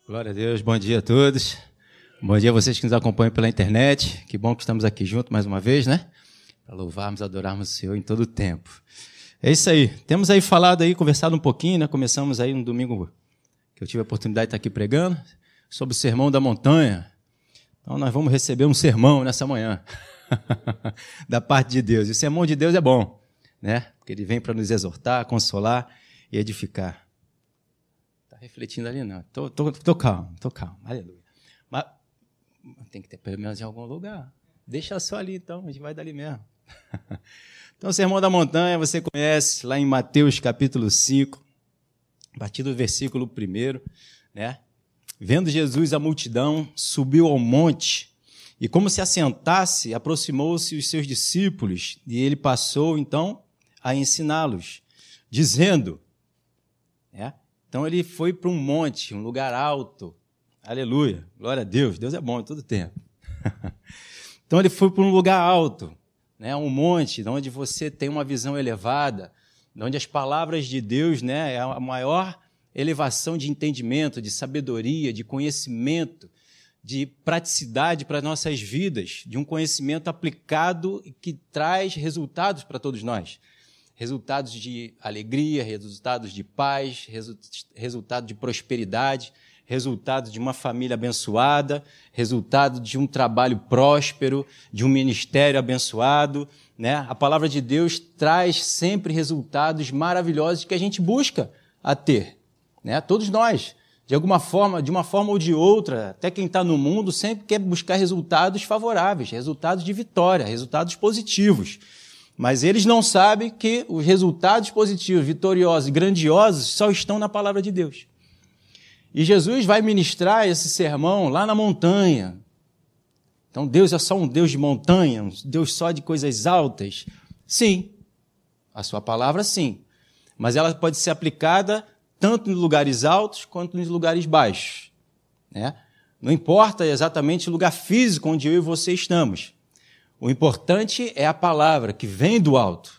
Glória a Deus, bom dia a todos. Bom dia a vocês que nos acompanham pela internet. Que bom que estamos aqui juntos mais uma vez, né? Para louvarmos, adorarmos o Senhor em todo o tempo. É isso aí. Temos aí falado aí, conversado um pouquinho, né? Começamos aí no domingo que eu tive a oportunidade de estar aqui pregando sobre o Sermão da Montanha. Então nós vamos receber um sermão nessa manhã da parte de Deus. E o sermão de Deus é bom, né? Porque ele vem para nos exortar, consolar e edificar. Refletindo ali, não. Tô calmo, aleluia. Mas tem que ter pelo menos em algum lugar. Deixa só ali, então, a gente vai dali mesmo. Então, o Sermão da Montanha, você conhece, lá em Mateus, capítulo 5, a partir do versículo 1, né? Vendo Jesus a multidão, subiu ao monte, e como se assentasse, aproximou-se os seus discípulos, e ele passou, então, a ensiná-los, dizendo, né? Então, ele foi para um monte, um lugar alto. Aleluia, glória a Deus. Deus é bom em todo tempo. Então, ele foi para um lugar alto, né, um monte, onde você tem uma visão elevada, onde as palavras de Deus, né, é a maior elevação de entendimento, de sabedoria, de conhecimento, de praticidade para as nossas vidas, de um conhecimento aplicado que traz resultados para todos nós. Resultados de alegria, resultados de paz, resultado de prosperidade, resultado de uma família abençoada, resultado de um trabalho próspero, de um ministério abençoado, né? A palavra de Deus traz sempre resultados maravilhosos que a gente busca a ter, né? Todos nós, de alguma forma, de uma forma ou de outra, até quem está no mundo sempre quer buscar resultados favoráveis, resultados de vitória, resultados positivos. Mas eles não sabem que os resultados positivos, vitoriosos e grandiosos só estão na palavra de Deus. E Jesus vai ministrar esse sermão lá na montanha. Então Deus é só um Deus de montanha, um Deus só de coisas altas? Sim, a sua palavra sim. Mas ela pode ser aplicada tanto nos lugares altos quanto nos lugares baixos, né? Não importa exatamente o lugar físico onde eu e você estamos. O importante é a palavra que vem do alto.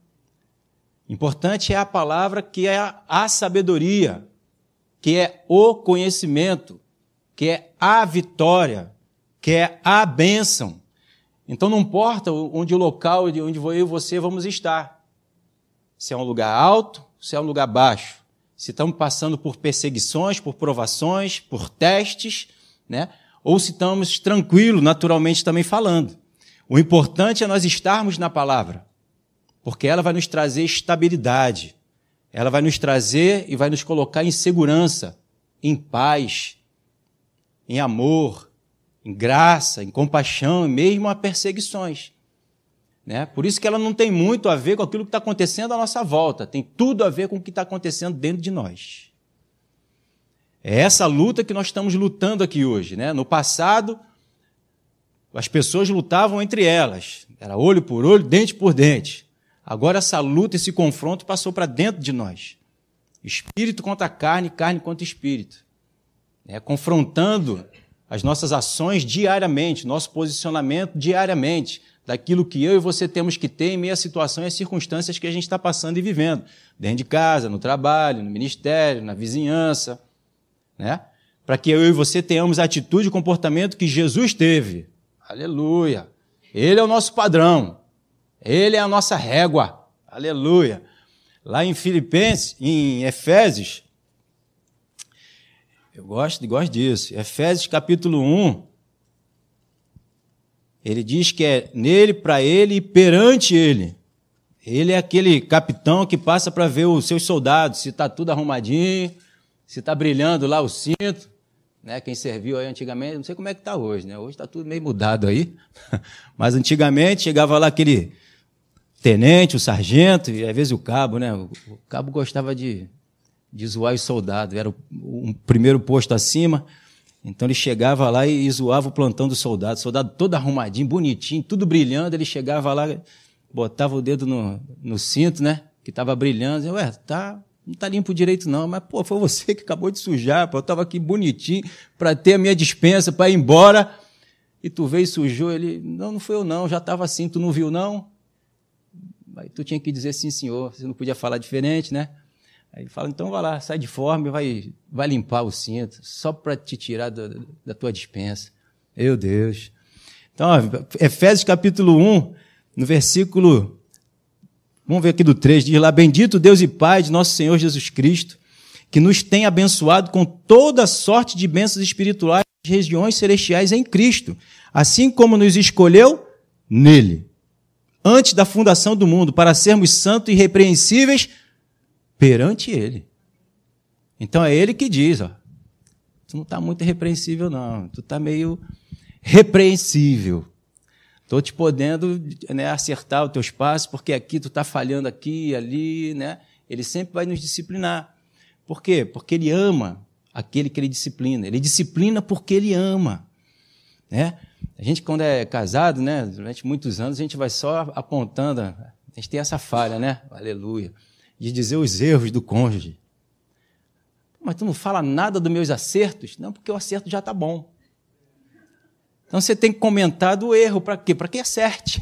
O importante é a palavra que é a sabedoria, que é o conhecimento, que é a vitória, que é a bênção. Então não importa onde o local, onde eu e você vamos estar. Se é um lugar alto, se é um lugar baixo. Se estamos passando por perseguições, por provações, por testes, né? Ou se estamos tranquilos, naturalmente também falando. O importante é nós estarmos na palavra, porque ela vai nos trazer estabilidade, ela vai nos trazer e vai nos colocar em segurança, em paz, em amor, em graça, em compaixão, e mesmo a perseguições, né? Por isso que ela não tem muito a ver com aquilo que está acontecendo à nossa volta, tem tudo a ver com o que está acontecendo dentro de nós. É essa luta que nós estamos lutando aqui hoje, né? No passado, as pessoas lutavam entre elas. Era olho por olho, dente por dente. Agora essa luta, esse confronto passou para dentro de nós. Espírito contra carne, carne contra espírito. Confrontando as nossas ações diariamente, nosso posicionamento diariamente, daquilo que eu e você temos que ter em meio à situação e às circunstâncias que a gente está passando e vivendo. Dentro de casa, no trabalho, no ministério, na vizinhança, né? Para que eu e você tenhamos a atitude e comportamento que Jesus teve. Aleluia. Ele é o nosso padrão. Ele é a nossa régua. Aleluia. Lá em Efésios, eu gosto disso. Efésios capítulo 1, ele diz que é nele, para ele e perante ele. Ele é aquele capitão que passa para ver os seus soldados, se está tudo arrumadinho, se está brilhando lá o cinto. Né, quem serviu aí antigamente, não sei como é que está hoje, né? Hoje está tudo meio mudado aí, mas antigamente chegava lá aquele tenente, o sargento, e às vezes o cabo, né? O cabo gostava de zoar os soldados, era o primeiro posto acima, então ele chegava lá e zoava o plantão do soldado todo arrumadinho, bonitinho, tudo brilhando, ele chegava lá, botava o dedo no cinto, né? Que estava brilhando, e, não está limpo direito não, mas pô, foi você que acabou de sujar, pô, eu estava aqui bonitinho para ter a minha dispensa, para ir embora, e tu veio e sujou. Ele, não foi eu não, já estava assim, tu não viu não? Aí tu tinha que dizer sim senhor, você não podia falar diferente, né? Aí ele fala, então vai lá, sai de forma e vai limpar o cinto, só para te tirar da tua despensa. Meu Deus. Então, ó, Efésios capítulo 1, no versículo, vamos ver aqui do 3, diz lá, bendito Deus e Pai de nosso Senhor Jesus Cristo, que nos tem abençoado com toda sorte de bênçãos espirituais nas regiões celestiais em Cristo, assim como nos escolheu nele, antes da fundação do mundo, para sermos santos e irrepreensíveis perante ele. Então é ele que diz, ó, tu não está muito irrepreensível não, tu está meio repreensível. Estou te podendo, né, acertar os teus passos, porque aqui tu está falhando aqui e ali, né? Ele sempre vai nos disciplinar. Por quê? Porque ele ama aquele que ele disciplina. Ele disciplina porque ele ama, né? A gente, quando é casado, né, durante muitos anos, a gente vai só apontando, a gente tem essa falha, né? Aleluia. De dizer os erros do cônjuge. Mas tu não fala nada dos meus acertos? Não, porque o acerto já está bom. Então você tem que comentar do erro. Para quê? Para que acerte.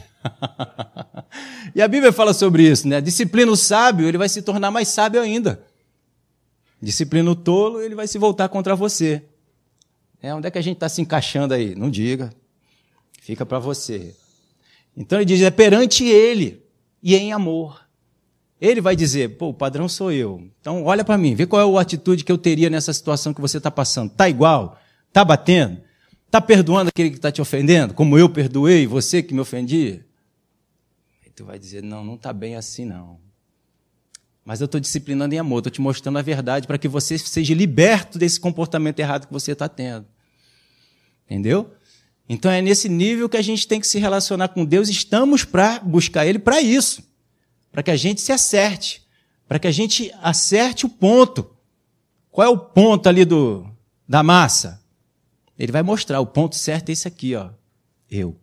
E a Bíblia fala sobre isso, né? Disciplina o sábio, ele vai se tornar mais sábio ainda. Disciplina o tolo, ele vai se voltar contra você. Onde é que a gente está se encaixando aí? Não diga. Fica para você. Então ele diz, é perante ele e em amor. Ele vai dizer, pô, o padrão sou eu. Então olha para mim, vê qual é a atitude que eu teria nessa situação que você está passando. Está igual? Está batendo? Está perdoando aquele que está te ofendendo? Como eu perdoei você que me ofendia? Aí tu vai dizer, não está bem assim não. Mas eu estou disciplinando em amor, estou te mostrando a verdade para que você seja liberto desse comportamento errado que você está tendo. Entendeu? Então é nesse nível que a gente tem que se relacionar com Deus. Estamos para buscar Ele para isso. Para que a gente se acerte. Para que a gente acerte o ponto. Qual é o ponto ali da massa? Ele vai mostrar, o ponto certo é esse aqui, ó. Eu.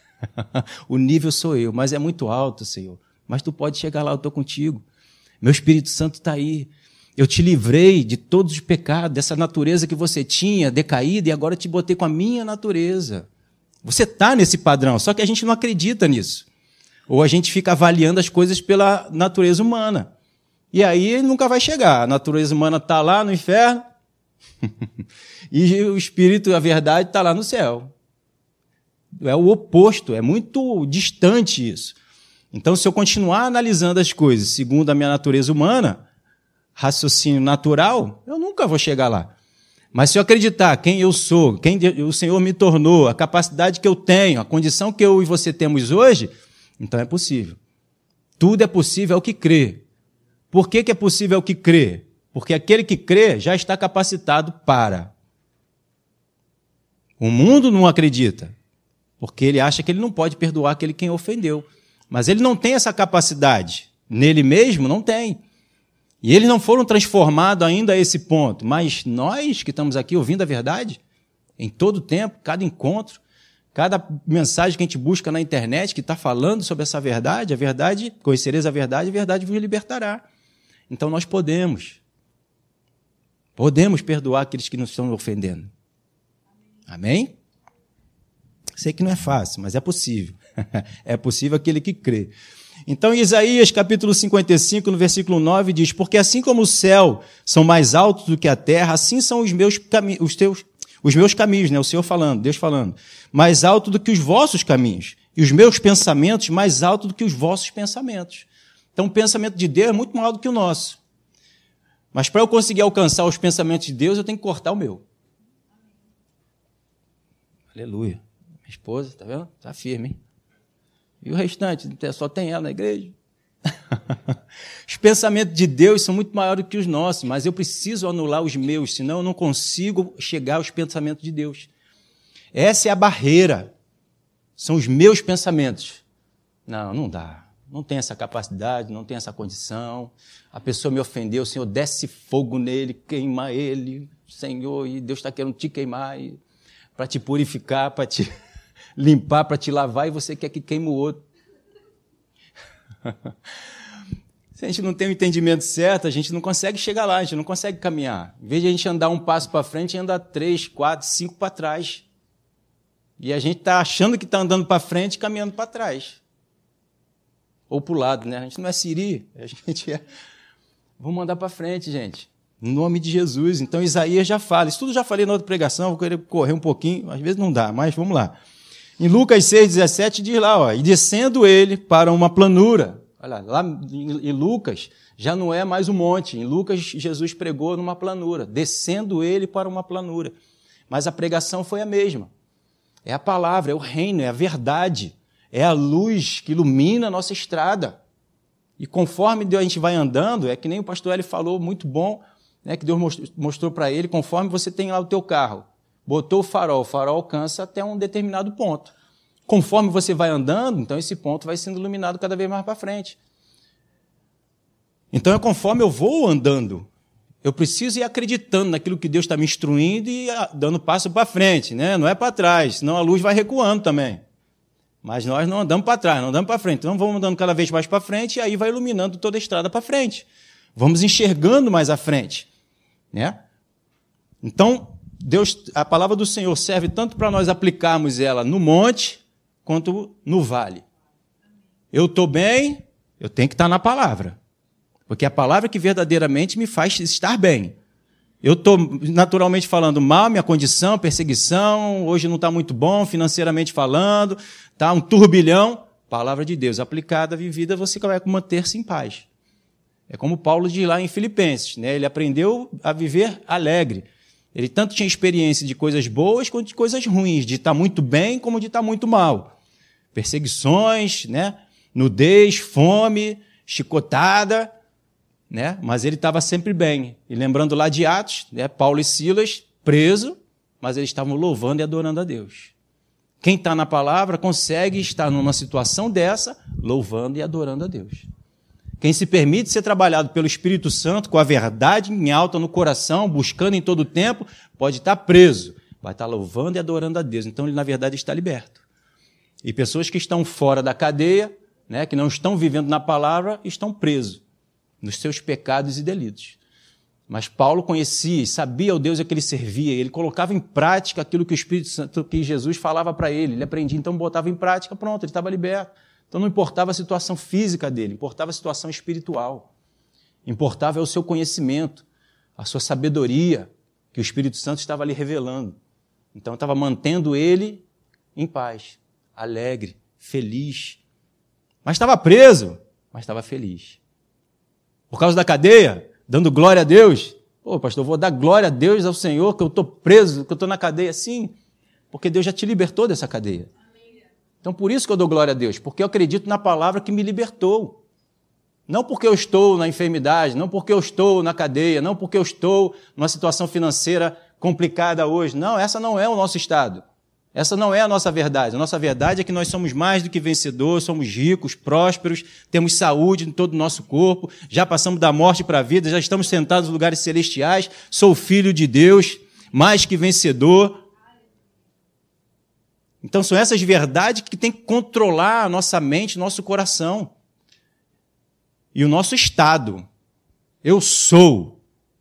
O nível sou eu, mas é muito alto, Senhor. Mas tu pode chegar lá, eu estou contigo. Meu Espírito Santo está aí. Eu te livrei de todos os pecados, dessa natureza que você tinha, decaída, e agora eu te botei com a minha natureza. Você está nesse padrão, só que a gente não acredita nisso. Ou a gente fica avaliando as coisas pela natureza humana. E aí nunca vai chegar. A natureza humana está lá no inferno e o Espírito, a verdade, está lá no céu. É o oposto, é muito distante isso. Então, se eu continuar analisando as coisas segundo a minha natureza humana, raciocínio natural, eu nunca vou chegar lá. Mas se eu acreditar quem eu sou, quem o Senhor me tornou, a capacidade que eu tenho, a condição que eu e você temos hoje, então é possível. Tudo é possível ao que crê. Por que é possível ao que crê? Porque aquele que crê já está capacitado para. O mundo não acredita, porque ele acha que ele não pode perdoar aquele quem ofendeu. Mas ele não tem essa capacidade. Nele mesmo, não tem. E eles não foram transformados ainda a esse ponto. Mas nós que estamos aqui ouvindo a verdade, em todo tempo, cada encontro, cada mensagem que a gente busca na internet que está falando sobre essa verdade, a verdade, conhecereis a verdade vos libertará. Então nós podemos perdoar aqueles que nos estão ofendendo. Amém? Sei que não é fácil, mas é possível. É possível aquele que crê. Então, em Isaías, capítulo 55, no versículo 9, diz, porque assim como o céu são mais altos do que a terra, assim são os meus caminhos, né? O Senhor falando, Deus falando, mais alto do que os vossos caminhos, e os meus pensamentos mais alto do que os vossos pensamentos. Então, o pensamento de Deus é muito maior do que o nosso. Mas para eu conseguir alcançar os pensamentos de Deus, eu tenho que cortar o meu. Aleluia. Minha esposa, tá vendo? Tá firme, hein? E o restante? Só tem ela na igreja? Os pensamentos de Deus são muito maiores do que os nossos, mas eu preciso anular os meus, senão eu não consigo chegar aos pensamentos de Deus. Essa é a barreira. São os meus pensamentos. Não dá. Não tem essa capacidade, não tem essa condição. A pessoa me ofendeu, o Senhor desce fogo nele, queima ele, Senhor, e Deus está querendo te queimar para te purificar, para te limpar, para te lavar, e você quer que queime o outro. Se a gente não tem o entendimento certo, a gente não consegue chegar lá, a gente não consegue caminhar. Em vez de a gente andar um passo para frente, a gente anda 3, 4, 5 para trás. E a gente está achando que está andando para frente e caminhando para trás. Ou para o lado, né? A gente não é siri, a gente é... Vamos mandar para frente, gente. Em nome de Jesus. Então, Isaías já fala. Isso tudo já falei na outra pregação, vou querer correr um pouquinho. Às vezes não dá, mas vamos lá. Em Lucas 6,17 diz lá, ó, e descendo ele para uma planura. Olha, lá em Lucas já não é mais um monte. Em Lucas, Jesus pregou numa planura. Descendo ele para uma planura. Mas a pregação foi a mesma. É a palavra, é o reino, é a verdade. É a luz que ilumina a nossa estrada. E conforme a gente vai andando, é que nem o pastor Eli falou, muito bom, né, que Deus mostrou para ele, conforme você tem lá o teu carro, botou o farol alcança até um determinado ponto. Conforme você vai andando, então esse ponto vai sendo iluminado cada vez mais para frente. Então é conforme eu vou andando. Eu preciso ir acreditando naquilo que Deus está me instruindo e dando passo para frente, né? Não é para trás, senão a luz vai recuando também. Mas nós não andamos para trás, não andamos para frente. Então vamos andando cada vez mais para frente e aí vai iluminando toda a estrada para frente. Vamos enxergando mais à frente, né? Então, a palavra do Senhor serve tanto para nós aplicarmos ela no monte quanto no vale. Eu estou bem, eu tenho que estar na palavra. Porque é a palavra que verdadeiramente me faz estar bem. Eu estou, naturalmente falando, mal, minha condição, perseguição, hoje não está muito bom, financeiramente falando, está um turbilhão. Palavra de Deus aplicada, vivida, você vai manter-se em paz. É como Paulo diz lá em Filipenses, né? Ele aprendeu a viver alegre. Ele tanto tinha experiência de coisas boas quanto de coisas ruins, de estar muito bem como de estar muito mal. Perseguições, né? Nudez, fome, chicotada, né? Mas ele estava sempre bem. E lembrando lá de Atos, né? Paulo e Silas presos, mas eles estavam louvando e adorando a Deus. Quem está na palavra consegue estar numa situação dessa, louvando e adorando a Deus. Quem se permite ser trabalhado pelo Espírito Santo, com a verdade em alta no coração, buscando em todo o tempo, pode estar preso, vai estar louvando e adorando a Deus. Então, ele, na verdade, está liberto. E pessoas que estão fora da cadeia, né, que não estão vivendo na palavra, estão presos nos seus pecados e delitos. Mas Paulo conhecia e sabia o Deus a que ele servia, ele colocava em prática aquilo que o Espírito Santo, que Jesus falava para ele. Ele aprendia, então botava em prática, pronto, ele estava liberto. Então não importava a situação física dele, importava a situação espiritual. Importava o seu conhecimento, a sua sabedoria, que o Espírito Santo estava ali revelando. Então estava mantendo ele em paz, alegre, feliz. Mas estava preso, mas estava feliz. Por causa da cadeia, dando glória a Deus. Pô, pastor, vou dar glória a Deus ao Senhor, que eu estou preso, que eu estou na cadeia. Sim, porque Deus já te libertou dessa cadeia. Então, por isso que eu dou glória a Deus, porque eu acredito na palavra que me libertou. Não porque eu estou na enfermidade, não porque eu estou na cadeia, não porque eu estou numa situação financeira complicada hoje. Não, essa não é o nosso estado. Essa não é a nossa verdade. A nossa verdade é que nós somos mais do que vencedores, somos ricos, prósperos, temos saúde em todo o nosso corpo, já passamos da morte para a vida, já estamos sentados nos lugares celestiais, sou filho de Deus, mais que vencedor. Então, são essas verdades que têm que controlar a nossa mente, nosso coração. E o nosso estado. Eu sou.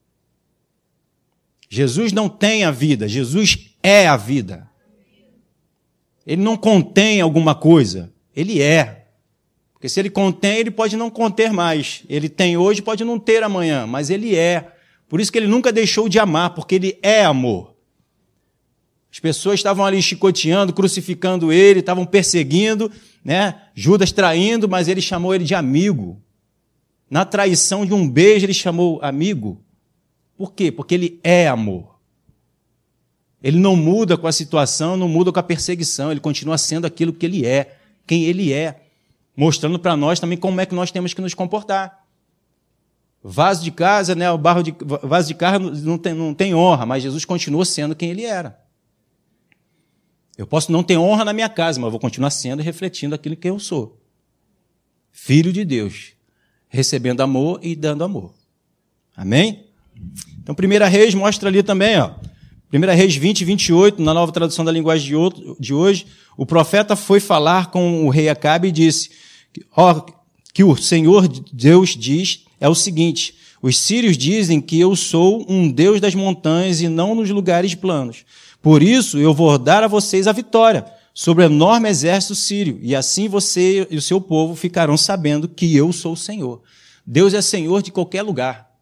Jesus não tem a vida, Jesus é a vida. Ele não contém alguma coisa, ele é. Porque se ele contém, ele pode não conter mais. Ele tem hoje, pode não ter amanhã, mas ele é. Por isso que ele nunca deixou de amar, porque ele é amor. As pessoas estavam ali chicoteando, crucificando ele, estavam perseguindo, né? Judas traindo, mas ele chamou ele de amigo. Na traição de um beijo, ele chamou amigo. Por quê? Porque ele é amor. Ele não muda com a situação, não muda com a perseguição, ele continua sendo aquilo que ele é, quem ele é, mostrando para nós também como é que nós temos que nos comportar. Vaso de casa, né? Vaso de carro não tem honra, mas Jesus continua sendo quem ele era. Eu posso não ter honra na minha casa, mas vou continuar sendo e refletindo aquilo que eu sou. Filho de Deus, recebendo amor e dando amor. Amém? Então, 1 Reis mostra ali também, ó. 1 Reis 20, 28, na nova tradução da linguagem de hoje, o profeta foi falar com o rei Acabe e disse, que o Senhor Deus diz é o seguinte, os sírios dizem que eu sou um Deus das montanhas e não nos lugares planos. Por isso, eu vou dar a vocês a vitória sobre o enorme exército sírio, e assim você e o seu povo ficarão sabendo que eu sou o Senhor. Deus é Senhor de qualquer lugar.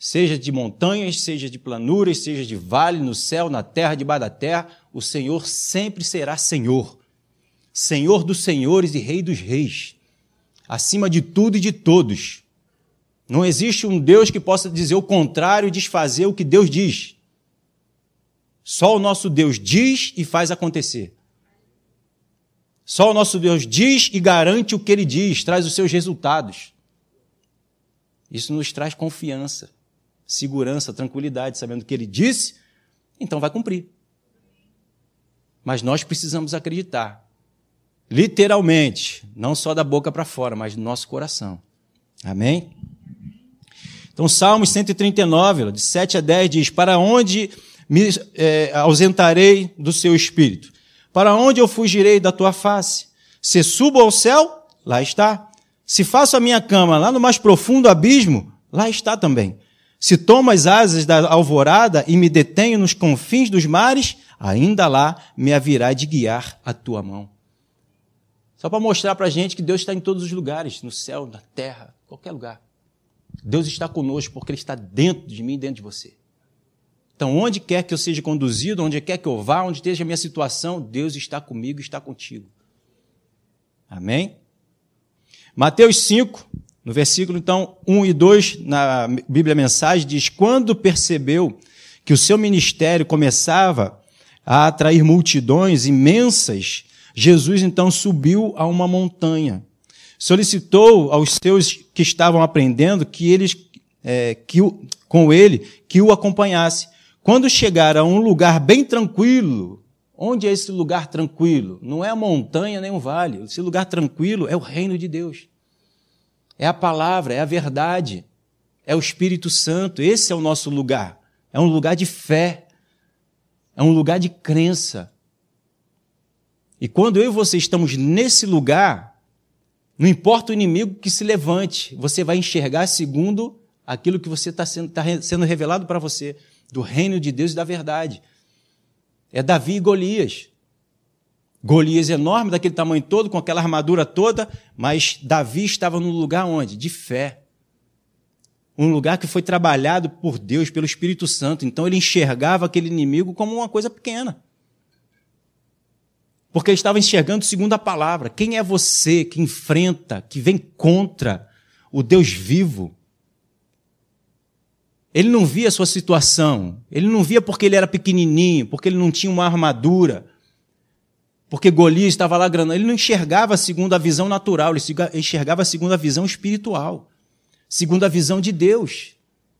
seja de montanhas, seja de planuras, seja de vale, no céu, na terra, debaixo da terra, o Senhor sempre será Senhor. Senhor dos senhores e Rei dos reis, acima de tudo e de todos. Não existe um Deus que possa dizer o contrário e desfazer o que Deus diz. Só o nosso Deus diz e faz acontecer. Só o nosso Deus diz e garante o que Ele diz, traz os seus resultados. Isso nos traz confiança, segurança, tranquilidade, sabendo que Ele disse, então vai cumprir. Mas nós precisamos acreditar, literalmente, não só da boca para fora, mas do nosso coração. Amém? Então, Salmos 139, de 7 a 10, diz: para onde me ausentarei do seu espírito? Para onde eu fugirei da tua face? Se subo ao céu, lá está. Se faço a minha cama lá no mais profundo abismo, lá está também. Se tomo as asas da alvorada e me detenho nos confins dos mares, ainda lá me haverá de guiar a tua mão. Só para mostrar para a gente que Deus está em todos os lugares, no céu, na terra, qualquer lugar. Deus está conosco porque Ele está dentro de mim e dentro de você. Então, onde quer que eu seja conduzido, onde quer que eu vá, onde esteja a minha situação, Deus está comigo e está contigo. Amém? Mateus 5, no versículo, então, 1 e 2, na Bíblia Mensagem, diz: quando percebeu que o seu ministério começava a atrair multidões imensas, Jesus, então, subiu a uma montanha. Solicitou aos seus que estavam aprendendo com ele que o acompanhasse. Quando chegaram a um lugar bem tranquilo, onde é esse lugar tranquilo? Não é a montanha nem um vale. Esse lugar tranquilo é o reino de Deus. É a palavra, é a verdade, é o Espírito Santo. Esse é o nosso lugar. É um lugar de fé, é um lugar de crença. E quando eu e você estamos nesse lugar, não importa o inimigo que se levante, você vai enxergar segundo aquilo que você está sendo revelado para você, do reino de Deus e da verdade. É Davi e Golias. Golias enorme, daquele tamanho todo, com aquela armadura toda, mas Davi estava num lugar onde? De fé. Um lugar que foi trabalhado por Deus, pelo Espírito Santo. Então ele enxergava aquele inimigo como uma coisa pequena. Porque ele estava enxergando segundo a palavra. Quem é você que enfrenta, que vem contra o Deus vivo? Ele não via a sua situação. Ele não via porque ele era pequenininho, porque ele não tinha uma armadura, porque Golias estava lá grandão. Ele não enxergava segundo a visão natural, ele enxergava segundo a visão espiritual, segundo a visão de Deus.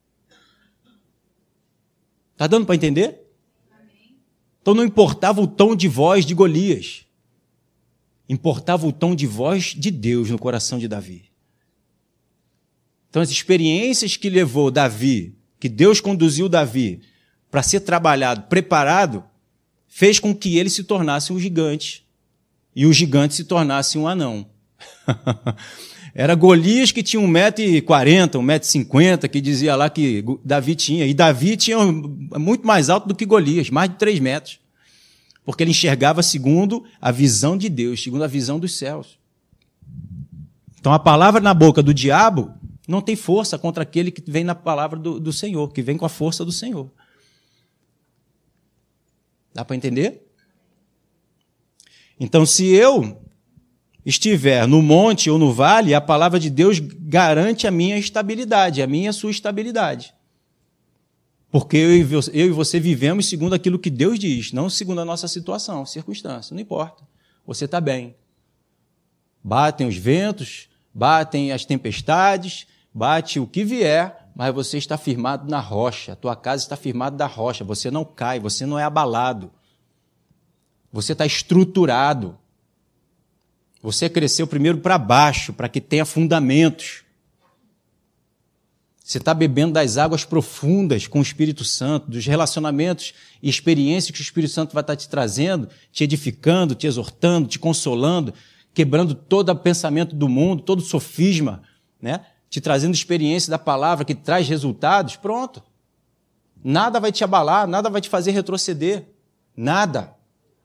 Está dando para entender? Então não importava o tom de voz de Golias, importava o tom de voz de Deus no coração de Davi. Então as experiências que levou Davi, que Deus conduziu Davi para ser trabalhado, preparado, fez com que ele se tornasse um gigante e o gigante se tornasse um anão. Era Golias que tinha 1,40 m, 1,50 m, que dizia lá que Davi tinha. E Davi tinha muito mais alto do que Golias, mais de 3 metros. Porque ele enxergava segundo a visão de Deus, segundo a visão dos céus. Então a palavra na boca do diabo não tem força contra aquele que vem na palavra do Senhor, que vem com a força do Senhor. Dá para entender? Então, se eu estiver no monte ou no vale, a palavra de Deus garante a minha estabilidade, a minha e a sua estabilidade. Porque eu e você vivemos segundo aquilo que Deus diz, não segundo a nossa situação, circunstância, não importa. Você está bem. Batem os ventos, batem as tempestades, bate o que vier, mas você está firmado na rocha, a tua casa está firmada na rocha, você não cai, você não é abalado, você está estruturado. Você cresceu primeiro para baixo, para que tenha fundamentos. Você está bebendo das águas profundas com o Espírito Santo, dos relacionamentos e experiências que o Espírito Santo vai estar te trazendo, te edificando, te exortando, te consolando, quebrando todo o pensamento do mundo, todo o sofisma, né? Te trazendo experiência da palavra que traz resultados. Pronto. Nada vai te abalar, nada vai te fazer retroceder. Nada.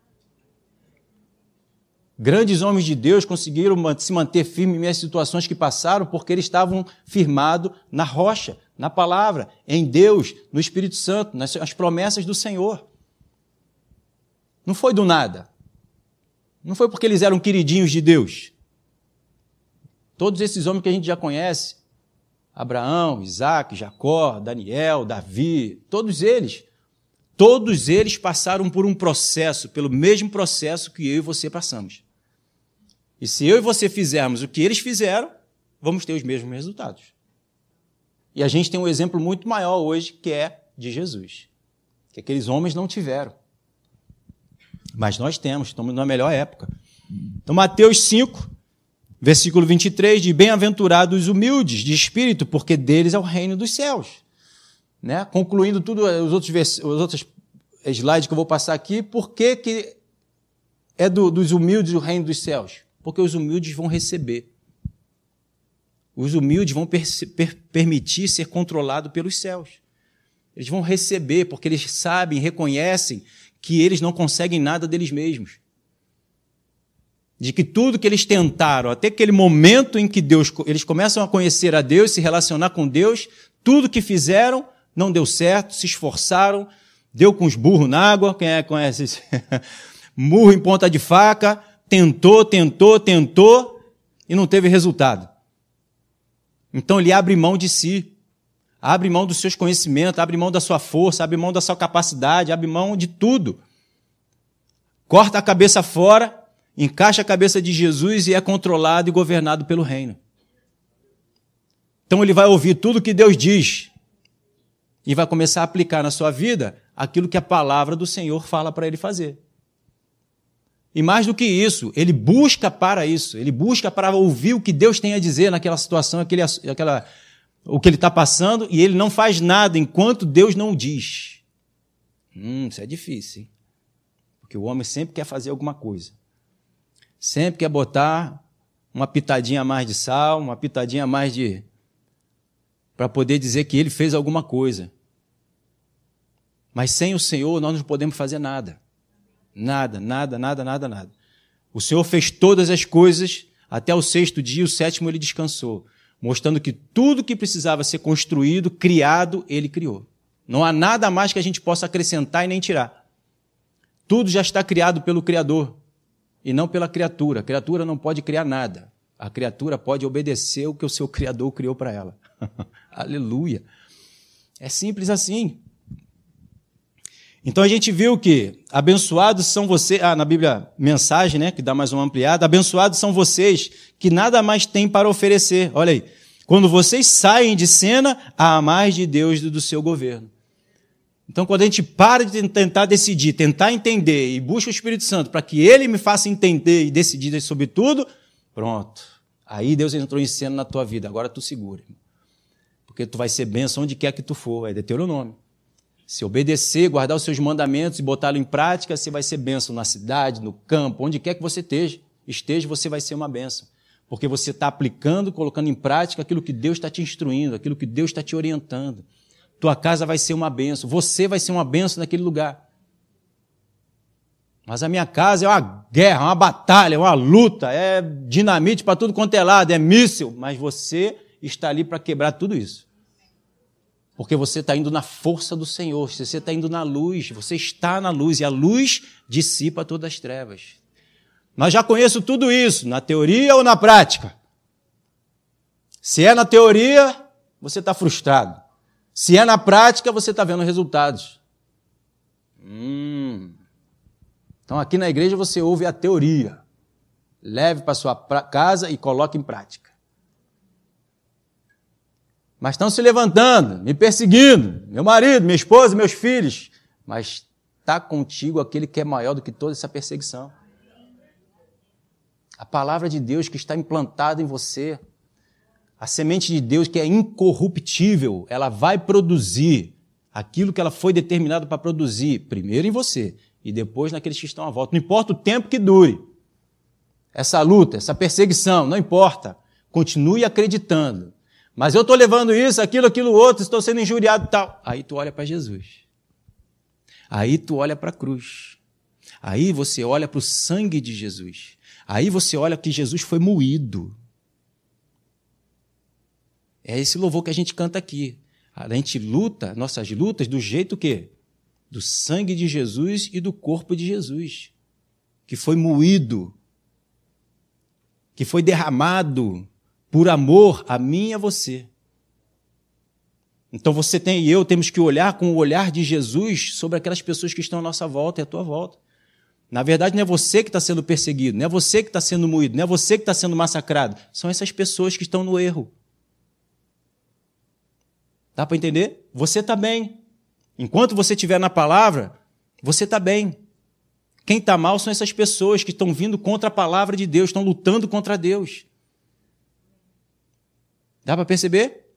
Grandes homens de Deus conseguiram se manter firmes em meio às situações que passaram porque eles estavam firmados na rocha, na palavra, em Deus, no Espírito Santo, nas promessas do Senhor. Não foi do nada. Não foi porque eles eram queridinhos de Deus. Todos esses homens que a gente já conhece, Abraão, Isaac, Jacó, Daniel, Davi, todos eles passaram por um processo, pelo mesmo processo que eu e você passamos. E se eu e você fizermos o que eles fizeram, vamos ter os mesmos resultados. E a gente tem um exemplo muito maior hoje, que é de Jesus, que aqueles homens não tiveram. Mas nós temos, estamos na melhor época. Então, Mateus 5, versículo 23, diz: bem-aventurados os humildes de espírito, porque deles é o reino dos céus. Né? Concluindo tudo, os outros slides que eu vou passar aqui, por que é dos humildes o reino dos céus? Porque os humildes vão receber. Os humildes vão permitir ser controlados pelos céus. Eles vão receber, porque eles sabem, reconhecem que eles não conseguem nada deles mesmos. De que tudo que eles tentaram, até aquele momento em que eles começam a conhecer a Deus, se relacionar com Deus, tudo que fizeram não deu certo, se esforçaram, deu com os burros na água, quem conhece isso? Murro em ponta de faca, tentou e não teve resultado. Então ele abre mão de si, abre mão dos seus conhecimentos, abre mão da sua força, abre mão da sua capacidade, abre mão de tudo. Corta a cabeça fora, encaixa a cabeça de Jesus e é controlado e governado pelo reino. Então ele vai ouvir tudo que Deus diz e vai começar a aplicar na sua vida aquilo que a palavra do Senhor fala para ele fazer. E mais do que isso, ele busca para isso, ele busca para ouvir o que Deus tem a dizer naquela situação, o que ele está passando, e ele não faz nada enquanto Deus não diz. Isso é difícil, hein? Porque o homem sempre quer fazer alguma coisa. Sempre quer botar uma pitadinha a mais de sal, uma pitadinha a mais para poder dizer que ele fez alguma coisa. Mas sem o Senhor nós não podemos fazer nada. Nada. O Senhor fez todas as coisas até o 6º dia, o 7º ele descansou, mostrando que tudo que precisava ser construído, criado, ele criou. Não há nada mais que a gente possa acrescentar e nem tirar. Tudo já está criado pelo Criador e não pela criatura. A criatura não pode criar nada. A criatura pode obedecer o que o seu Criador criou para ela. Aleluia. É simples assim. Então a gente viu que abençoados são vocês, na Bíblia mensagem, né, que dá mais uma ampliada, abençoados são vocês que nada mais têm para oferecer. Olha aí, quando vocês saem de cena a mais de Deus e do seu governo. Então quando a gente para de tentar decidir, tentar entender e busca o Espírito Santo para que ele me faça entender e decidir sobre tudo, pronto. Aí Deus entrou em cena na tua vida, agora tu segura. Porque tu vai ser bênção onde quer que tu for, é Deuteronômio. Se obedecer, guardar os seus mandamentos e botá-lo em prática, você vai ser bênção na cidade, no campo, onde quer que você esteja, você vai ser uma bênção. Porque você está aplicando, colocando em prática aquilo que Deus está te instruindo, aquilo que Deus está te orientando. Tua casa vai ser uma bênção, você vai ser uma bênção naquele lugar. Mas a minha casa é uma guerra, uma batalha, uma luta, é dinamite para tudo quanto é lado, é míssil, mas você está ali para quebrar tudo isso. Porque você está indo na força do Senhor, você está indo na luz, você está na luz, e a luz dissipa todas as trevas. Mas já conheço tudo isso, na teoria ou na prática? Se é na teoria, você está frustrado. Se é na prática, você está vendo resultados. Então aqui na igreja você ouve a teoria. Leve para sua casa e coloque em prática. Mas estão se levantando, me perseguindo, meu marido, minha esposa, meus filhos. Mas está contigo aquele que é maior do que toda essa perseguição. A palavra de Deus que está implantada em você, a semente de Deus que é incorruptível, ela vai produzir aquilo que ela foi determinada para produzir, primeiro em você e depois naqueles que estão à volta. Não importa o tempo que dure essa luta, essa perseguição, não importa. Continue acreditando. Mas eu estou levando isso, aquilo outro, estou sendo injuriado e tal. Aí tu olha para Jesus. Aí tu olha para a cruz. Aí você olha para o sangue de Jesus. Aí você olha que Jesus foi moído. É esse louvor que a gente canta aqui. A gente luta, nossas lutas, do jeito quê? Do sangue de Jesus e do corpo de Jesus, que foi moído, que foi derramado por amor a mim e a você. Então você tem e eu temos que olhar com o olhar de Jesus sobre aquelas pessoas que estão à nossa volta e à tua volta. Na verdade, não é você que está sendo perseguido, não é você que está sendo moído, não é você que está sendo massacrado. São essas pessoas que estão no erro. Dá para entender? Você está bem. Enquanto você estiver na palavra, você está bem. Quem está mal são essas pessoas que estão vindo contra a palavra de Deus, estão lutando contra Deus. Dá para perceber?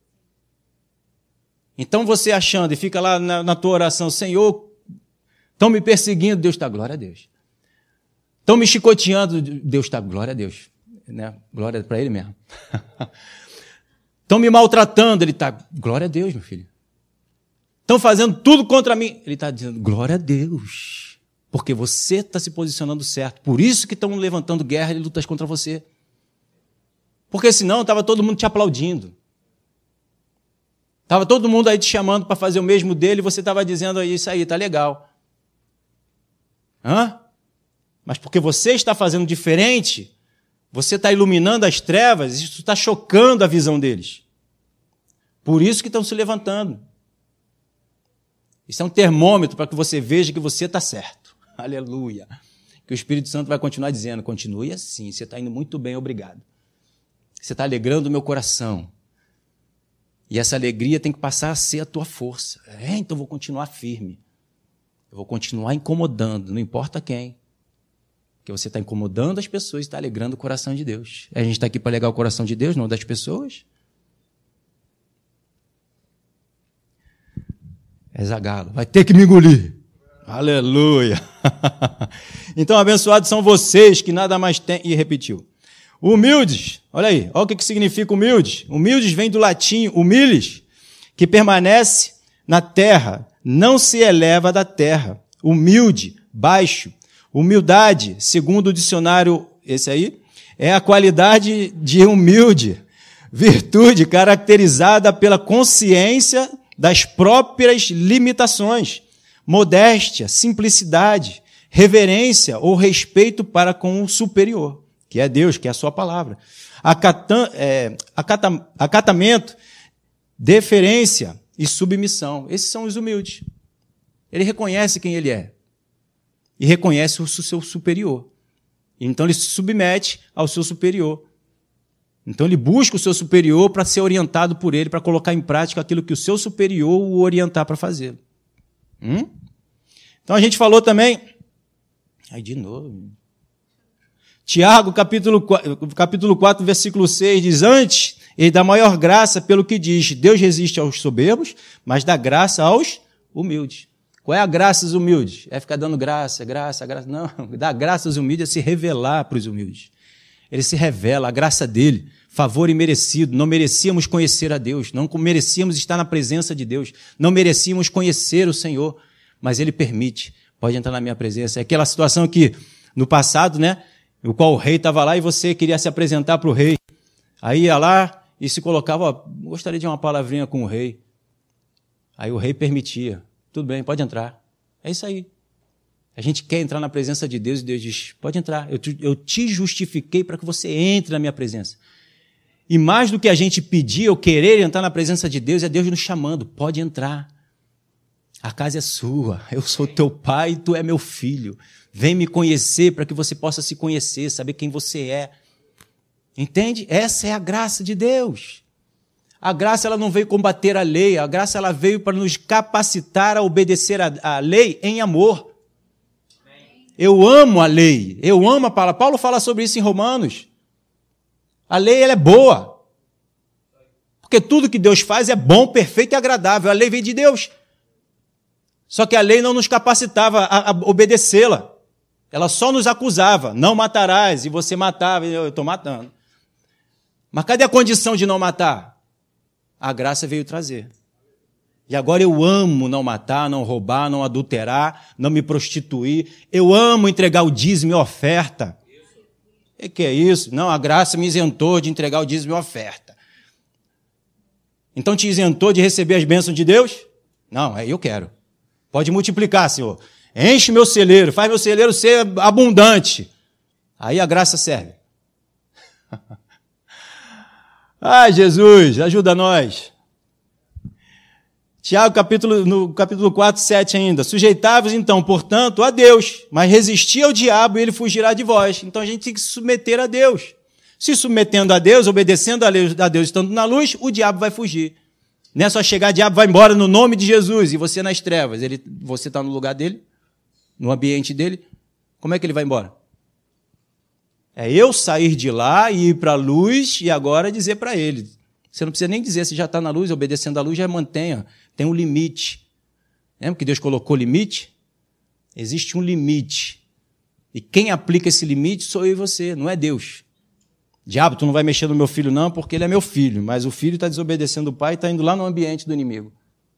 Então você achando e fica lá na tua oração, Senhor, estão me perseguindo, Deus está, glória a Deus. Estão me chicoteando, Deus está, glória a Deus. Né? Glória para Ele mesmo. Estão me maltratando, Ele está, glória a Deus, meu filho. Estão fazendo tudo contra mim, Ele está dizendo, glória a Deus. Porque você está se posicionando certo. Por isso que estão levantando guerra e lutas contra você. Porque senão estava todo mundo te aplaudindo. Estava todo mundo aí te chamando para fazer o mesmo dele e você estava dizendo, isso aí, está legal. Hã? Mas porque você está fazendo diferente, você está iluminando as trevas, isso está chocando a visão deles. Por isso que estão se levantando. Isso é um termômetro para que você veja que você está certo. Aleluia. Que o Espírito Santo vai continuar dizendo, continue assim, você está indo muito bem, obrigado. Você está alegrando o meu coração. E essa alegria tem que passar a ser a tua força. Então eu vou continuar firme. Eu vou continuar incomodando, não importa quem. Porque você está incomodando as pessoas e está alegrando o coração de Deus. A gente está aqui para alegrar o coração de Deus, não das pessoas. É Zagalo, vai ter que me engolir. Aleluia. Então, abençoados são vocês que nada mais têm. E repetiu. Humildes, olha aí, olha o que significa humildes. Humildes vem do latim humilis, que permanece na terra, não se eleva da terra. Humilde, baixo. Humildade, segundo o dicionário, esse aí, é a qualidade de humilde, virtude caracterizada pela consciência das próprias limitações, modéstia, simplicidade, reverência ou respeito para com o superior, que é Deus, que é a sua palavra. Acatamento, deferência e submissão. Esses são os humildes. Ele reconhece quem ele é e reconhece o seu superior. Então ele se submete ao seu superior. Então ele busca o seu superior para ser orientado por ele, para colocar em prática aquilo que o seu superior o orientar para fazer. Então a gente falou também... Aí de novo... Tiago, capítulo 4, versículo 6, diz, antes, ele dá maior graça pelo que diz, Deus resiste aos soberbos, mas dá graça aos humildes. Qual é a graça aos humildes? É ficar dando graça. Não, dá graça aos humildes é se revelar para os humildes. Ele se revela, a graça dele, favor imerecido. Não merecíamos conhecer a Deus, não merecíamos estar na presença de Deus, não merecíamos conhecer o Senhor, mas ele permite, pode entrar na minha presença. É aquela situação que, no passado, né, o qual o rei estava lá e você queria se apresentar para o rei. Aí ia lá e se colocava, gostaria de uma palavrinha com o rei. Aí o rei permitia. Tudo bem, pode entrar. É isso aí. A gente quer entrar na presença de Deus e Deus diz, pode entrar. Eu te justifiquei para que você entre na minha presença. E mais do que a gente pedir ou querer entrar na presença de Deus, é Deus nos chamando. Pode entrar. A casa é sua. Eu sou teu pai e tu é meu filho. Vem me conhecer para que você possa se conhecer, saber quem você é. Entende? Essa é a graça de Deus. A graça ela não veio combater a lei, a graça ela veio para nos capacitar a obedecer a lei em amor. Eu amo a lei, eu amo a palavra. Paulo fala sobre isso em Romanos. A lei ela é boa. Porque tudo que Deus faz é bom, perfeito e agradável. A lei vem de Deus. Só que a lei não nos capacitava a obedecê-la. Ela só nos acusava. Não matarás, e você matava, e eu estou matando. Mas cadê a condição de não matar? A graça veio trazer. E agora eu amo não matar, não roubar, não adulterar, não me prostituir. Eu amo entregar o dízimo e a oferta. O que é isso? Não, a graça me isentou de entregar o dízimo e a oferta. Então te isentou de receber as bênçãos de Deus? Não, eu quero. Pode multiplicar, Senhor. Enche meu celeiro, faz meu celeiro ser abundante. Aí a graça serve. Ai, Jesus, ajuda nós. Tiago, no capítulo 4, 7 ainda. Sujeitai-vos, então, portanto, a Deus, mas resisti ao diabo e ele fugirá de vós. Então a gente tem que se submeter a Deus. Se submetendo a Deus, obedecendo a Deus, estando na luz, o diabo vai fugir. Não é só chegar, o diabo vai embora no nome de Jesus e você nas trevas. Você está no lugar dele, no ambiente dele. Como é que ele vai embora? É eu sair de lá e ir para a luz e agora dizer para ele. Você não precisa nem dizer se já está na luz, obedecendo à luz, já mantenha. Tem um limite. Lembra que Deus colocou limite? Existe um limite. E quem aplica esse limite sou eu e você, não é Deus. Diabo, tu não vai mexer no meu filho não, porque ele é meu filho. Mas o filho está desobedecendo o pai e está indo lá no ambiente do inimigo.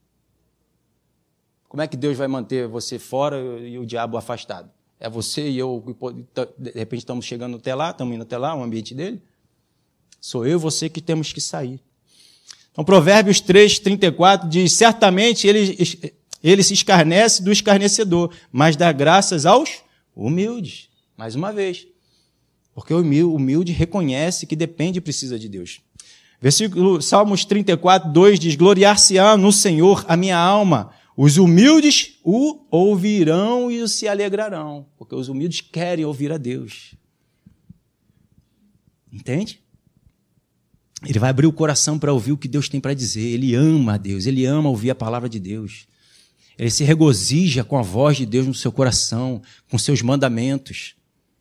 Como é que Deus vai manter você fora e o diabo afastado? É você e eu, de repente estamos chegando até lá, estamos indo até lá, o ambiente dele. Sou eu e você que temos que sair. Então, Provérbios 3, 34 diz, certamente ele se escarnece do escarnecedor, mas dá graças aos humildes. Mais uma vez. Porque o humilde reconhece que depende e precisa de Deus. Salmos 34, 2 diz, gloriar-se-á no Senhor a minha alma. Os humildes o ouvirão e se alegrarão. Porque os humildes querem ouvir a Deus. Entende? Ele vai abrir o coração para ouvir o que Deus tem para dizer. Ele ama a Deus, ele ama ouvir a palavra de Deus. Ele se regozija com a voz de Deus no seu coração, com seus mandamentos.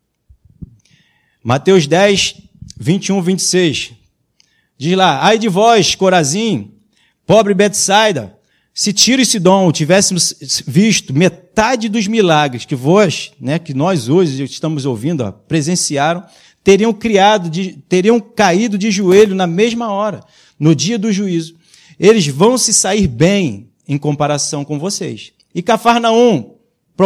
Mateus 10, 21, 26. Diz lá, ai de vós, Corazim, pobre Betsaida, se Tiro e Sidom tivéssemos visto metade dos milagres que que nós hoje estamos ouvindo, presenciaram, teriam caído de joelho na mesma hora, no dia do juízo. Eles vão se sair bem em comparação com vocês. E Cafarnaum,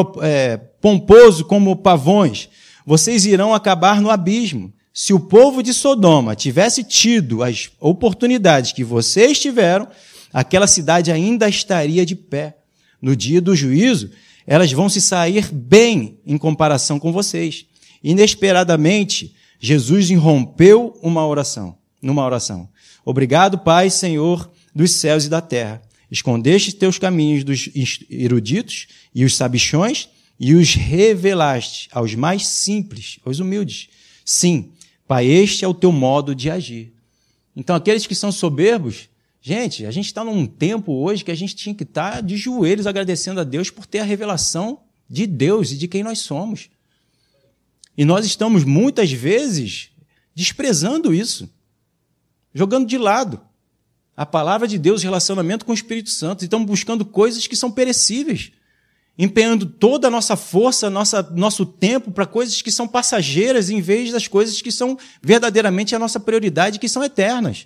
pomposo como pavões, vocês irão acabar no abismo. Se o povo de Sodoma tivesse tido as oportunidades que vocês tiveram, aquela cidade ainda estaria de pé. No dia do juízo, elas vão se sair bem em comparação com vocês. Inesperadamente, Jesus irrompeu numa oração. Obrigado, Pai, Senhor dos céus e da terra. Escondeste teus caminhos dos eruditos e os sabichões e os revelaste aos mais simples, aos humildes. Sim, Pai, este é o teu modo de agir. Então, aqueles que são soberbos, gente, a gente está num tempo hoje que a gente tinha que estar de joelhos agradecendo a Deus por ter a revelação de Deus e de quem nós somos. E nós estamos, muitas vezes, desprezando isso, jogando de lado a palavra de Deus, relacionamento com o Espírito Santo, e estamos buscando coisas que são perecíveis, empenhando toda a nossa força, nosso tempo para coisas que são passageiras, em vez das coisas que são verdadeiramente a nossa prioridade, que são eternas.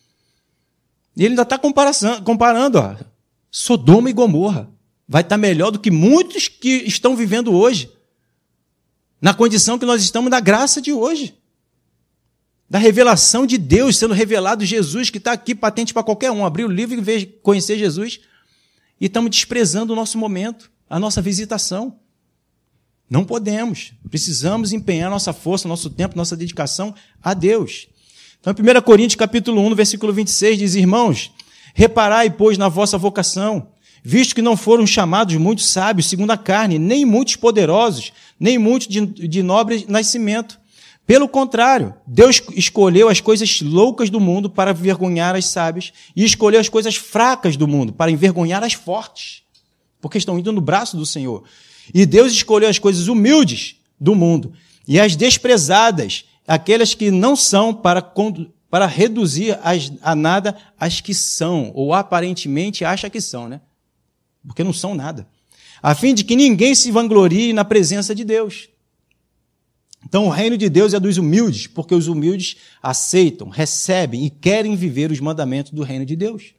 E ele ainda está comparando, Sodoma e Gomorra. Vai estar melhor do que muitos que estão vivendo hoje, na condição que nós estamos da graça de hoje, da revelação de Deus, sendo revelado Jesus, que está aqui patente para qualquer um, abrir o livro e ver, conhecer Jesus, e estamos desprezando o nosso momento, a nossa visitação. Não podemos, precisamos empenhar nossa força, nosso tempo, nossa dedicação a Deus. Então, 1 Coríntios capítulo 1, versículo 26, diz, irmãos, reparai, pois, na vossa vocação, visto que não foram chamados muitos sábios segundo a carne, nem muitos poderosos, nem muitos de nobre nascimento. Pelo contrário, Deus escolheu as coisas loucas do mundo para envergonhar as sábias e escolheu as coisas fracas do mundo para envergonhar as fortes, porque estão indo no braço do Senhor. E Deus escolheu as coisas humildes do mundo e as desprezadas, aquelas que não são, para reduzir a nada as que são, ou aparentemente acha que são, né? Porque não são nada. A fim de que ninguém se vanglorie na presença de Deus. Então, o reino de Deus é dos humildes, porque os humildes aceitam, recebem e querem viver os mandamentos do reino de Deus.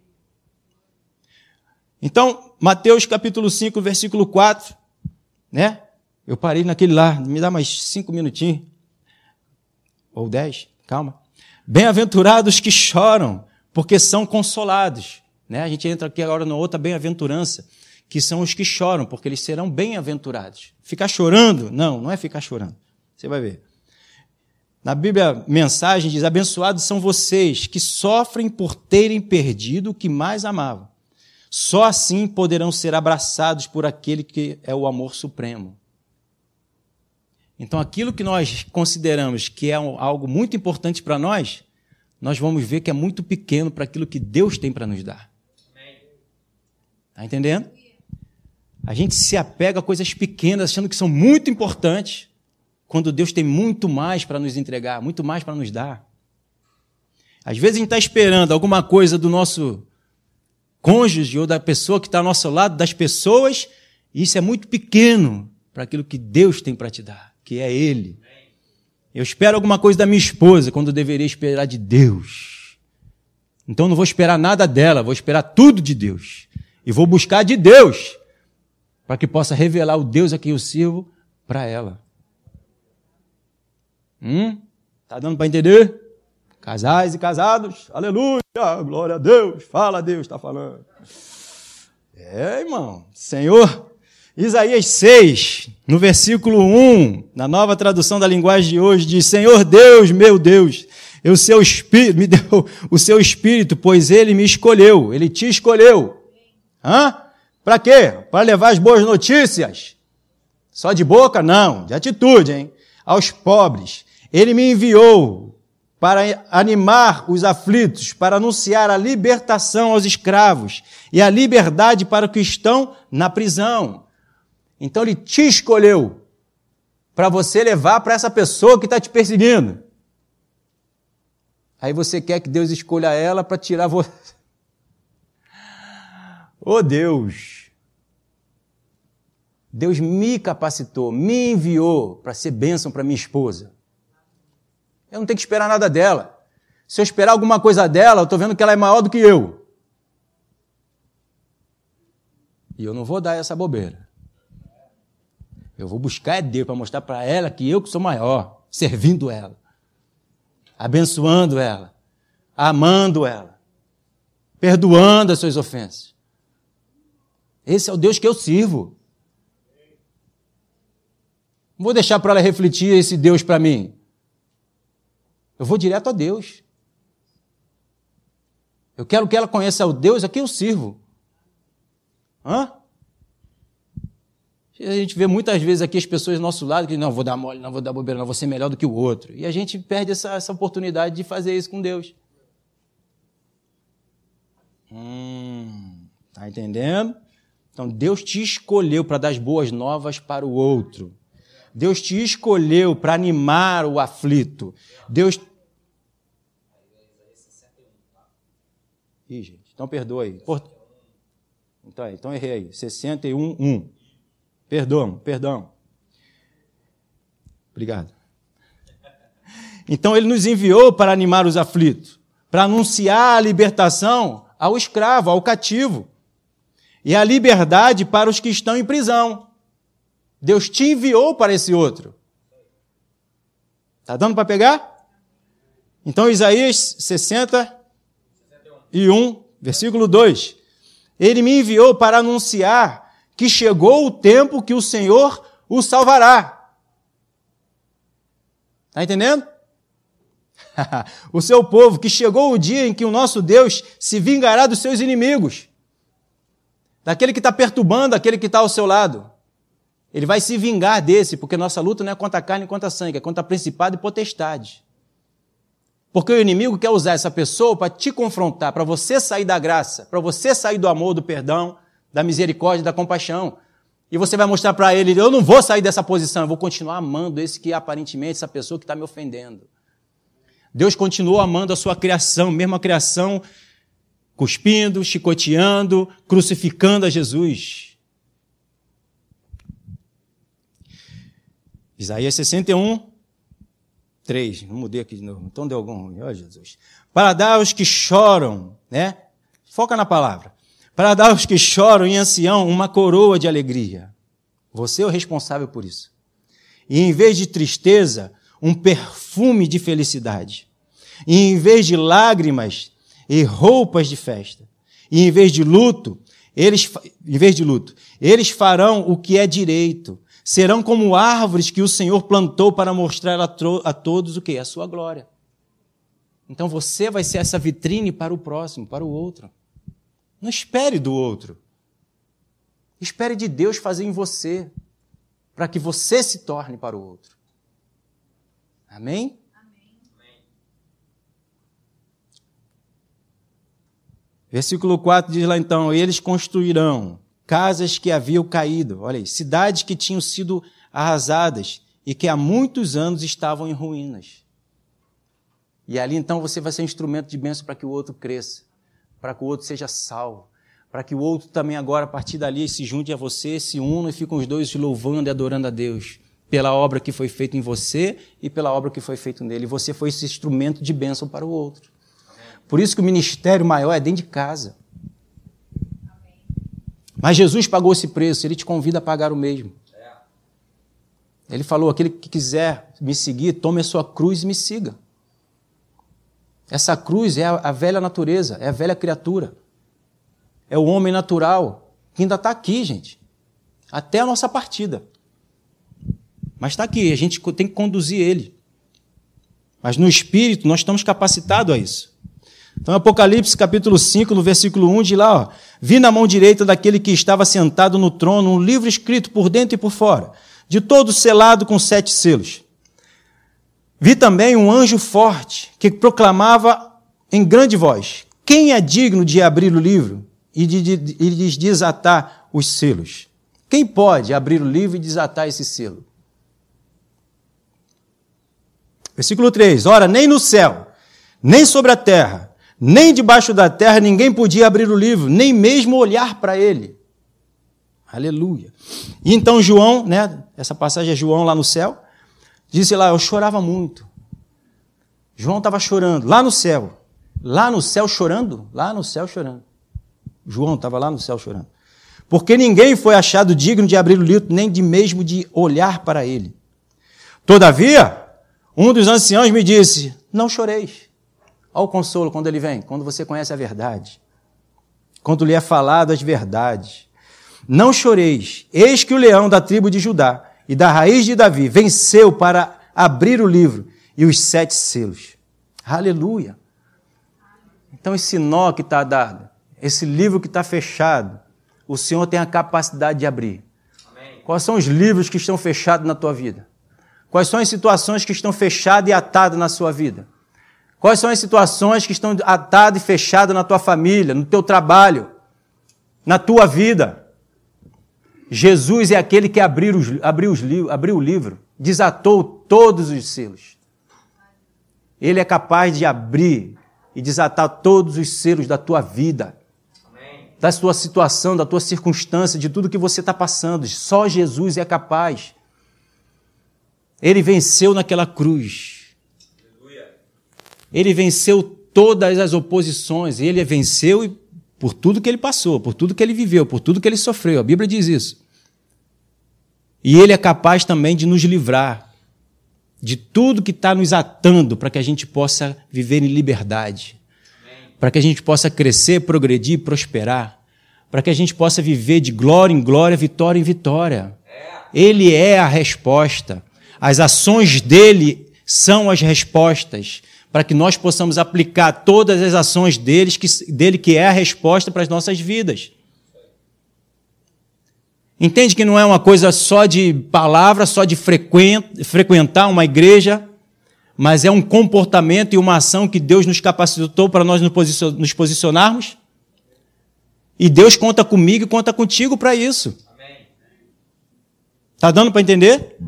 Então, Mateus capítulo 5, versículo 4, né? Eu parei naquele lá, me dá mais 5 minutinhos. Ou 10, calma. Bem-aventurados que choram, porque são consolados. Né? A gente entra aqui agora na outra bem-aventurança, que são os que choram, porque eles serão bem-aventurados. Ficar chorando? Não é ficar chorando. Você vai ver. Na Bíblia, mensagem diz, abençoados são vocês que sofrem por terem perdido o que mais amavam. Só assim poderão ser abraçados por aquele que é o amor supremo. Então, aquilo que nós consideramos que é algo muito importante para nós vamos ver que é muito pequeno para aquilo que Deus tem para nos dar. Está entendendo? A gente se apega a coisas pequenas, achando que são muito importantes, quando Deus tem muito mais para nos entregar, muito mais para nos dar. Às vezes a gente está esperando alguma coisa do nosso cônjuge ou da pessoa que está ao nosso lado, das pessoas, e isso é muito pequeno para aquilo que Deus tem para te dar, que é Ele. Eu espero alguma coisa da minha esposa, quando eu deveria esperar de Deus. Então não vou esperar nada dela, vou esperar tudo de Deus. E vou buscar de Deus, para que possa revelar o Deus a quem eu sirvo para ela. Tá dando para entender? Casais e casados, aleluia, glória a Deus, fala Deus, está falando. Irmão, Senhor, Isaías 6, no versículo 1, na nova tradução da linguagem de hoje, diz, Senhor Deus, meu Deus, o seu Espírito, me deu o seu Espírito, pois Ele me escolheu, Ele te escolheu. Para quê? Para levar as boas notícias? Só de boca? Não, de atitude, hein? Aos pobres. Ele me enviou para animar os aflitos, para anunciar a libertação aos escravos e a liberdade para os que estão na prisão. Então Ele te escolheu para você levar para essa pessoa que está te perseguindo. Aí você quer que Deus escolha ela para tirar você. Oh Deus! Deus me capacitou, me enviou para ser bênção para minha esposa. Eu não tenho que esperar nada dela. Se eu esperar alguma coisa dela, eu estou vendo que ela é maior do que eu. E eu não vou dar essa bobeira. Eu vou buscar Deus para mostrar para ela que eu que sou maior, servindo ela, abençoando ela, amando ela, perdoando as suas ofensas. Esse é o Deus que eu sirvo. Não vou deixar para ela refletir esse Deus para mim. Eu vou direto a Deus. Eu quero que ela conheça o Deus a quem eu sirvo. A gente vê muitas vezes aqui as pessoas do nosso lado que não vou dar mole, não vou dar bobeira, não vou ser melhor do que o outro. E a gente perde essa oportunidade de fazer isso com Deus. Tá entendendo? Então Deus te escolheu para dar as boas novas para o outro. Deus te escolheu para animar o aflito. Deus... Ih, gente, então perdoa aí. Então errei aí. 61:1. Perdão. Obrigado. Então ele nos enviou para animar os aflitos, para anunciar a libertação ao escravo, ao cativo, e a liberdade para os que estão em prisão. Deus te enviou para esse outro. Está dando para pegar? Então, Isaías 61, versículo 2. Ele me enviou para anunciar que chegou o tempo que o Senhor o salvará. Está entendendo? O seu povo, que chegou o dia em que o nosso Deus se vingará dos seus inimigos. Daquele que está perturbando, aquele que está ao seu lado. Ele vai se vingar desse, porque nossa luta não é contra a carne e contra a sangue, é contra principado e potestade. Porque o inimigo quer usar essa pessoa para te confrontar, para você sair da graça, para você sair do amor, do perdão, da misericórdia, da compaixão. E você vai mostrar para ele, eu não vou sair dessa posição, eu vou continuar amando esse que aparentemente, essa pessoa que está me ofendendo. Deus continuou amando a sua criação, mesmo a criação, cuspindo, chicoteando, crucificando a Jesus. Isaías 61, 3. Não mudei aqui de novo. Então deu algum ruim. Ó, Jesus. Para dar aos que choram, né? Foca na palavra. Para dar aos que choram em ancião uma coroa de alegria. Você é o responsável por isso. E em vez de tristeza, um perfume de felicidade. E em vez de lágrimas, e roupas de festa. E em vez de luto, eles farão o que é direito. Serão como árvores que o Senhor plantou para mostrar a todos o quê? A sua glória. Então você vai ser essa vitrine para o próximo, para o outro. Não espere do outro. Espere de Deus fazer em você, para que você se torne para o outro. Amém? Versículo 4 diz lá então, eles construirão casas que haviam caído, olha aí, cidades que tinham sido arrasadas e que há muitos anos estavam em ruínas. E ali então você vai ser um instrumento de bênção para que o outro cresça, para que o outro seja salvo, para que o outro também agora, a partir dali, se junte a você, se unam e ficam os dois louvando e adorando a Deus pela obra que foi feita em você e pela obra que foi feita nele. E você foi esse instrumento de bênção para o outro. Por isso que o ministério maior é dentro de casa. Mas Jesus pagou esse preço, Ele te convida a pagar o mesmo. Ele falou, aquele que quiser me seguir, tome a sua cruz e me siga. Essa cruz é a velha natureza, é a velha criatura. É o homem natural, que ainda está aqui, gente. Até a nossa partida. Mas está aqui, a gente tem que conduzir ele. Mas no Espírito, nós estamos capacitados a isso. Então, Apocalipse, capítulo 5, no versículo 1, diz lá, ó, vi na mão direita daquele que estava sentado no trono um livro escrito por dentro e por fora, de todo selado com 7 selos. Vi também um anjo forte que proclamava em grande voz, quem é digno de abrir o livro e de desatar os selos? Quem pode abrir o livro e desatar esse selo? Versículo 3, ora, nem no céu, nem sobre a terra, nem debaixo da terra ninguém podia abrir o livro, nem mesmo olhar para ele. Aleluia. E então João, né, essa passagem é João lá no céu, disse lá, eu chorava muito. João estava chorando, lá no céu chorando, lá no céu chorando. João estava lá no céu chorando. Porque ninguém foi achado digno de abrir o livro, nem de mesmo de olhar para ele. Todavia, um dos anciãos me disse, não choreis. Olha o consolo quando ele vem, quando você conhece a verdade, quando lhe é falado as verdades. Não choreis, eis que o leão da tribo de Judá e da raiz de Davi venceu para abrir o livro e os 7 selos. Aleluia! Então esse nó que está dado, esse livro que está fechado, o Senhor tem a capacidade de abrir. Amém. Quais são os livros que estão fechados na tua vida? Quais são as situações que estão fechadas e atadas na sua vida? Quais são as situações que estão atadas e fechadas na tua família, no teu trabalho, na tua vida? Jesus é aquele que abriu o livro, desatou todos os selos. Ele é capaz de abrir e desatar todos os selos da tua vida, da tua situação, da tua circunstância, de tudo que você está passando. Só Jesus é capaz. Ele venceu naquela cruz. Ele venceu todas as oposições. Ele venceu por tudo que ele passou, por tudo que ele viveu, por tudo que ele sofreu. A Bíblia diz isso. E ele é capaz também de nos livrar de tudo que está nos atando para que a gente possa viver em liberdade, para que a gente possa crescer, progredir, prosperar, para que a gente possa viver de glória em glória, vitória em vitória. Ele é a resposta. As ações dele são as respostas, para que nós possamos aplicar todas as ações dele, que é a resposta para as nossas vidas. Entende que não é uma coisa só de palavra, só de frequentar uma igreja, mas é um comportamento e uma ação que Deus nos capacitou para nós nos posicionarmos? E Deus conta comigo e conta contigo para isso. Está dando para entender?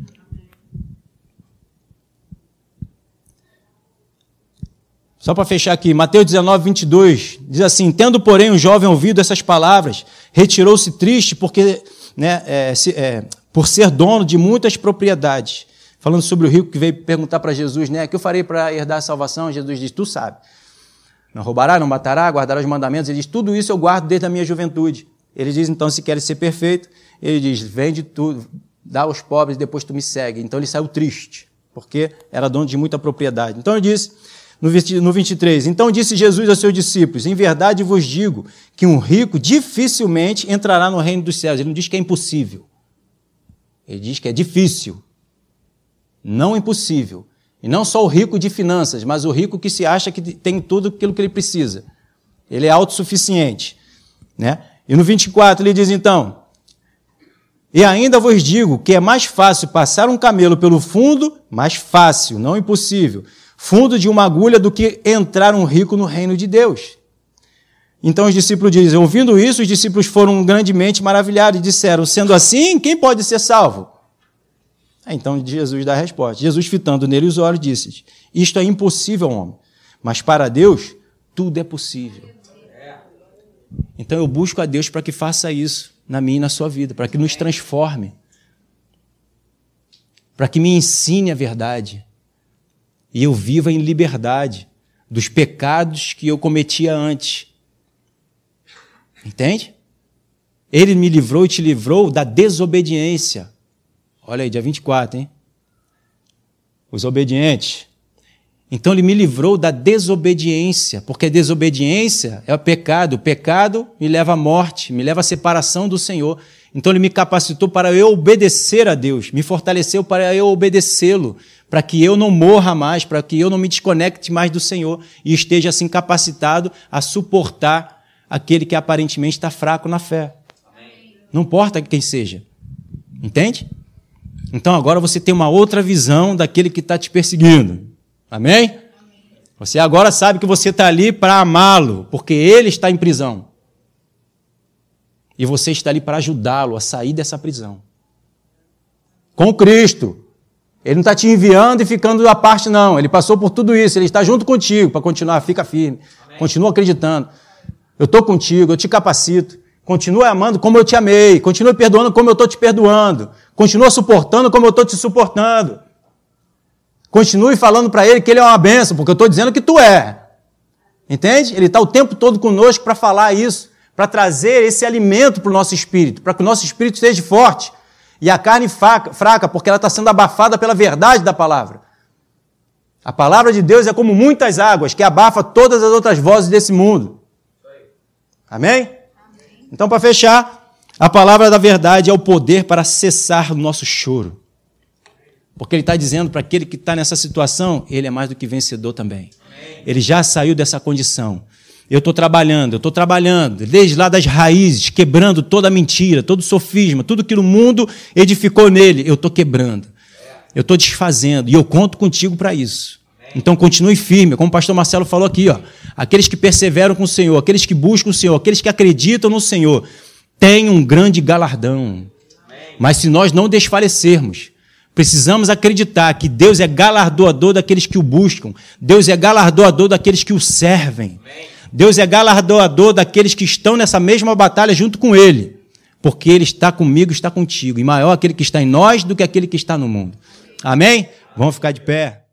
Só para fechar aqui, Mateus 19, 22, diz assim, tendo, porém, o jovem ouvido essas palavras, retirou-se triste porque, por ser dono de muitas propriedades. Falando sobre o rico que veio perguntar para Jesus, o que eu farei para herdar a salvação? Jesus diz, tu sabe. Não roubará, não matará, guardará os mandamentos. Ele diz, tudo isso eu guardo desde a minha juventude. Ele diz, então, se queres ser perfeito, ele diz, vende tudo, dá aos pobres, depois tu me segue. Então ele saiu triste, porque era dono de muita propriedade. Então ele disse, no 23. Então disse Jesus aos seus discípulos, em verdade vos digo que um rico dificilmente entrará no reino dos céus. Ele não diz que é impossível. Ele diz que é difícil. Não impossível. E não só o rico de finanças, mas o rico que se acha que tem tudo aquilo que ele precisa. Ele é autossuficiente. Né? E no 24 ele diz então, e ainda vos digo que é mais fácil passar um camelo pelo fundo, mais fácil, não impossível, fundo de uma agulha do que entrar um rico no reino de Deus. Então os discípulos dizem, ouvindo isso, os discípulos foram grandemente maravilhados e disseram, sendo assim, quem pode ser salvo? Então Jesus dá a resposta. Jesus, fitando nele os olhos, disse, isto é impossível, homem, mas para Deus tudo é possível. Então eu busco a Deus para que faça isso na minha e na sua vida, para que nos transforme, para que me ensine a verdade e eu viva em liberdade dos pecados que eu cometia antes. Entende? Ele me livrou e te livrou da desobediência. Olha aí, dia 24, hein? Os obedientes. Então ele me livrou da desobediência, porque a desobediência é o pecado me leva à morte, me leva à separação do Senhor. Então ele me capacitou para eu obedecer a Deus, me fortaleceu para eu obedecê-lo, para que eu não morra mais, para que eu não me desconecte mais do Senhor e esteja assim capacitado a suportar aquele que aparentemente está fraco na fé. Amém. Não importa quem seja. Entende? Então agora você tem uma outra visão daquele que está te perseguindo. Amém? Você agora sabe que você está ali para amá-lo, porque ele está em prisão. E você está ali para ajudá-lo a sair dessa prisão. Com Cristo. Ele não está te enviando e ficando à parte, não. Ele passou por tudo isso, ele está junto contigo para continuar, fica firme. Amém. Continua acreditando. Eu estou contigo, eu te capacito. Continua amando como eu te amei. Continua perdoando como eu estou te perdoando. Continua suportando como eu estou te suportando. Continue falando para ele que ele é uma bênção, porque eu estou dizendo que tu é. Entende? Ele está o tempo todo conosco para falar isso, para trazer esse alimento para o nosso espírito, para que o nosso espírito esteja forte e a carne fraca, porque ela está sendo abafada pela verdade da palavra. A palavra de Deus é como muitas águas que abafa todas as outras vozes desse mundo. Amém? Então, para fechar, a palavra da verdade é o poder para cessar o nosso choro. Porque ele está dizendo para aquele que está nessa situação, ele é mais do que vencedor também. Amém. Ele já saiu dessa condição. Eu estou trabalhando, desde lá das raízes, quebrando toda a mentira, todo o sofisma, tudo que o mundo edificou nele, eu estou quebrando. Eu estou desfazendo, e eu conto contigo para isso. Amém. Então continue firme, como o pastor Marcelo falou aqui, ó, aqueles que perseveram com o Senhor, aqueles que buscam o Senhor, aqueles que acreditam no Senhor, têm um grande galardão. Amém. Mas se nós não desfalecermos, precisamos acreditar que Deus é galardoador daqueles que o buscam. Deus é galardoador daqueles que o servem. Amém. Deus é galardoador daqueles que estão nessa mesma batalha junto com Ele. Porque Ele está comigo, está contigo. E maior aquele que está em nós do que aquele que está no mundo. Amém? Vamos ficar de pé.